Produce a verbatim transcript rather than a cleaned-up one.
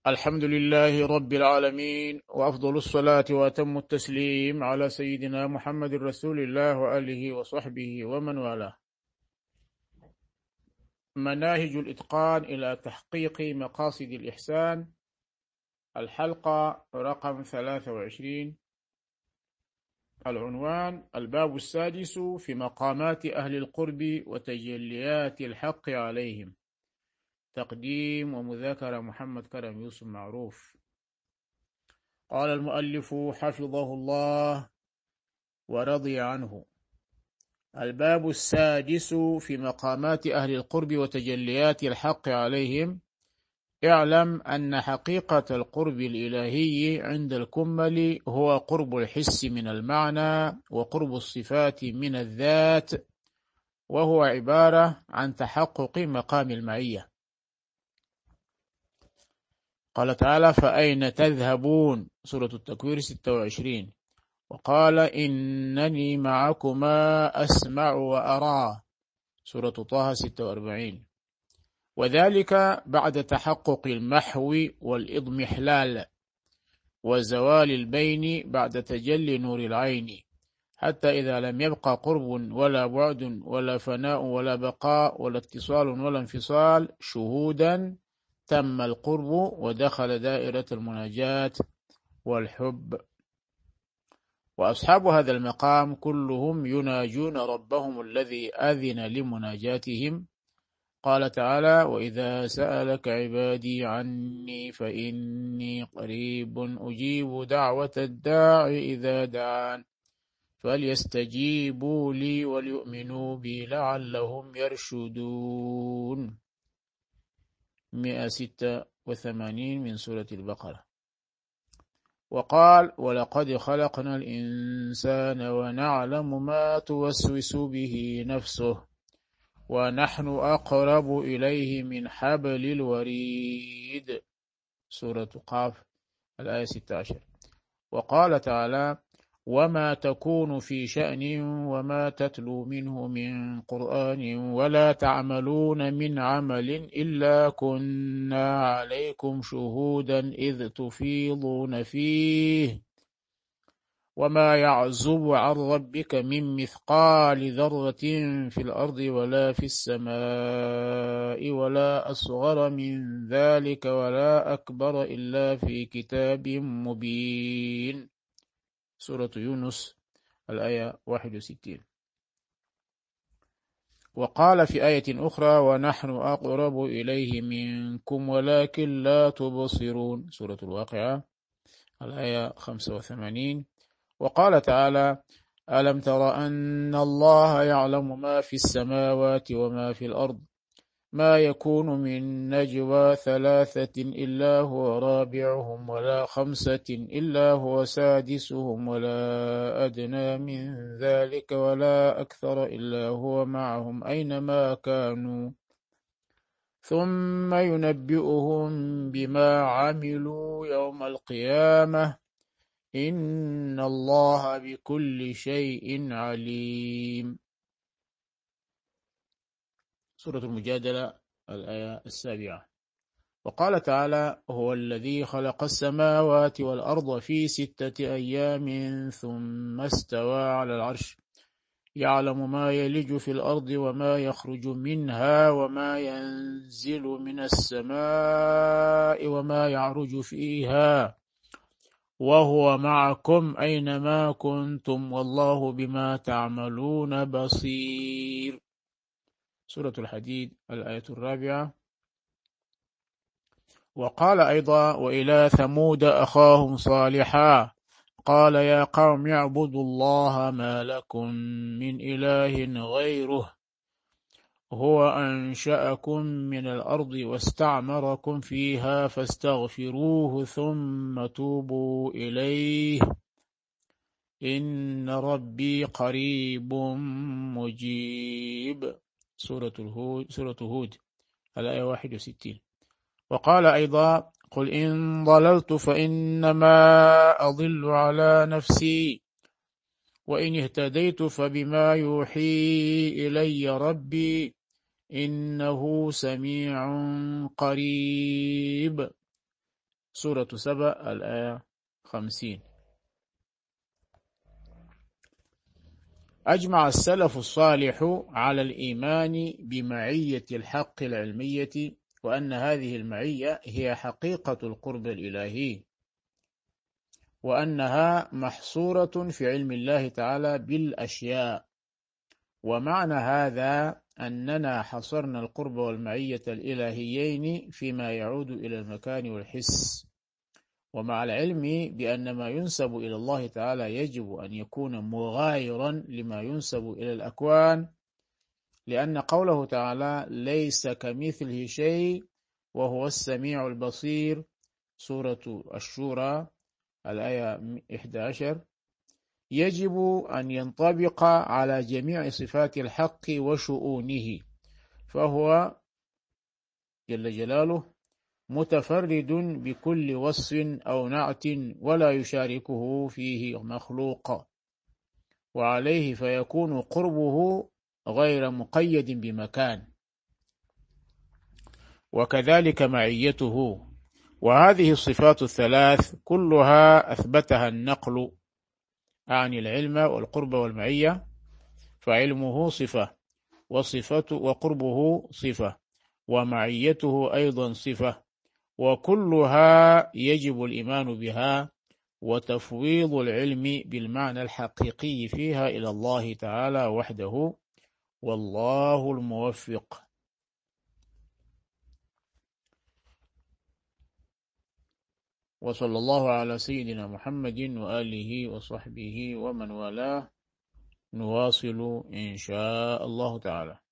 الحمد لله رب العالمين، وأفضل الصلاة وأتم التسليم على سيدنا محمد رسول الله وآله وصحبه ومن والاه. مناهج الإتقان إلى تحقيق مقاصد الإحسان، الحلقة رقم ثلاثة وعشرين. العنوان: الباب السادس في مقامات أهل القرب وتجليات الحق عليهم. تقديم ومذاكرة محمد كرم يوسف معروف. قال المؤلف حفظه الله ورضي عنه: الباب السادس في مقامات أهل القرب وتجليات الحق عليهم. اعلم أن حقيقة القرب الإلهي عند الكمل هو قرب الحس من المعنى وقرب الصفات من الذات، وهو عبارة عن تحقق مقام المعية. قال تعالى: فأين تذهبون؟ سورة التكوير ستة وعشرين. وقال: إنني معكما أسمع وأرى، سورة طه ستة وأربعين. وذلك بعد تحقق المحو والإضمحلال وزوال البين بعد تجلي نور العين، حتى إذا لم يبقى قرب ولا بعد ولا فناء ولا بقاء ولا اتصال ولا انفصال، شهودا تم القرب ودخل دائرة المناجاة والحب. وأصحاب هذا المقام كلهم يناجون ربهم الذي أذن لمناجاتهم. قال تعالى: وإذا سألك عبادي عني فإني قريب أجيب دعوة الداع إذا دعان فليستجيبوا لي وليؤمنوا بي لعلهم يرشدون. مئة وستة وثمانين من سورة البقرة. وقال: ولقد خلقنا الإنسان ونعلم ما توسوس به نفسه ونحن أقرب إليه من حبل الوريد، سورة قاف الآية ستة عشر. وقال تعالى: وما تكون في شأن وما تتلو منه من قرآن ولا تعملون من عمل إلا كنا عليكم شهودا إذ تفيضون فيه وما يعزب عن ربك من مثقال ذرة في الأرض ولا في السماء ولا أصغر من ذلك ولا أكبر إلا في كتاب مبين، سورة يونس الآية واحد وستين. وقال في آية أخرى: ونحن أقرب إليه منكم ولكن لا تبصرون، سورة الواقعة الآية خمسة وثمانين. وقال تعالى: ألم تر أن الله يعلم ما في السماوات وما في الأرض ما يكون من نجوى ثلاثة إلا هو رابعهم ولا خمسة إلا هو سادسهم ولا أدنى من ذلك ولا أكثر إلا هو معهم أينما كانوا ثم ينبئهم بما عملوا يوم القيامة إن الله بكل شيء عليم، سورة المجادلة الآية السابعة. وقال تعالى: هو الذي خلق السماوات والأرض في ستة أيام ثم استوى على العرش يعلم ما يلج في الأرض وما يخرج منها وما ينزل من السماء وما يعرج فيها وهو معكم أينما كنتم والله بما تعملون بصير، سورة الحديد الآية الرابعة. وقال أيضا: وإلى ثمود أخاهم صالحا قال يا قوم اعبدوا الله ما لكم من إله غيره هو أنشأكم من الأرض واستعمركم فيها فاستغفروه ثم توبوا إليه إن ربي قريب مجيب، سورة الهود سورة هود الآية واحد وستين. وقال أيضا: قل إن ضللت فإنما أضل على نفسي وإن اهتديت فبما يوحي إلي ربي إنه سميع قريب، سورة سبأ الآية خمسين. أجمع السلف الصالح على الإيمان بمعية الحق العلمية، وأن هذه المعية هي حقيقة القرب الإلهي، وأنها محصورة في علم الله تعالى بالأشياء. ومعنى هذا أننا حصرنا القرب والمعية الإلهيين فيما يعود إلى المكان والحس، ومع العلم بأن ما ينسب إلى الله تعالى يجب أن يكون مغايرا لما ينسب إلى الأكوان، لأن قوله تعالى ليس كمثله شيء وهو السميع البصير، سورة الشورى الآية إحدى عشر، يجب أن ينطبق على جميع صفات الحق وشؤونه، فهو جل جلاله متفرد بكل وصف أو نعت ولا يشاركه فيه مخلوق، وعليه فيكون قربه غير مقيد بمكان، وكذلك معيته. وهذه الصفات الثلاث كلها أثبتها النقل عن العلم والقرب والمعية، فعلمه صفة، وصفته وقربه صفة، ومعيته أيضا صفة، وكلها يجب الإيمان بها وتفويض العلم بالمعنى الحقيقي فيها إلى الله تعالى وحده، والله الموفق. وصلى الله على سيدنا محمد وآله وصحبه ومن والاه. نواصل إن شاء الله تعالى.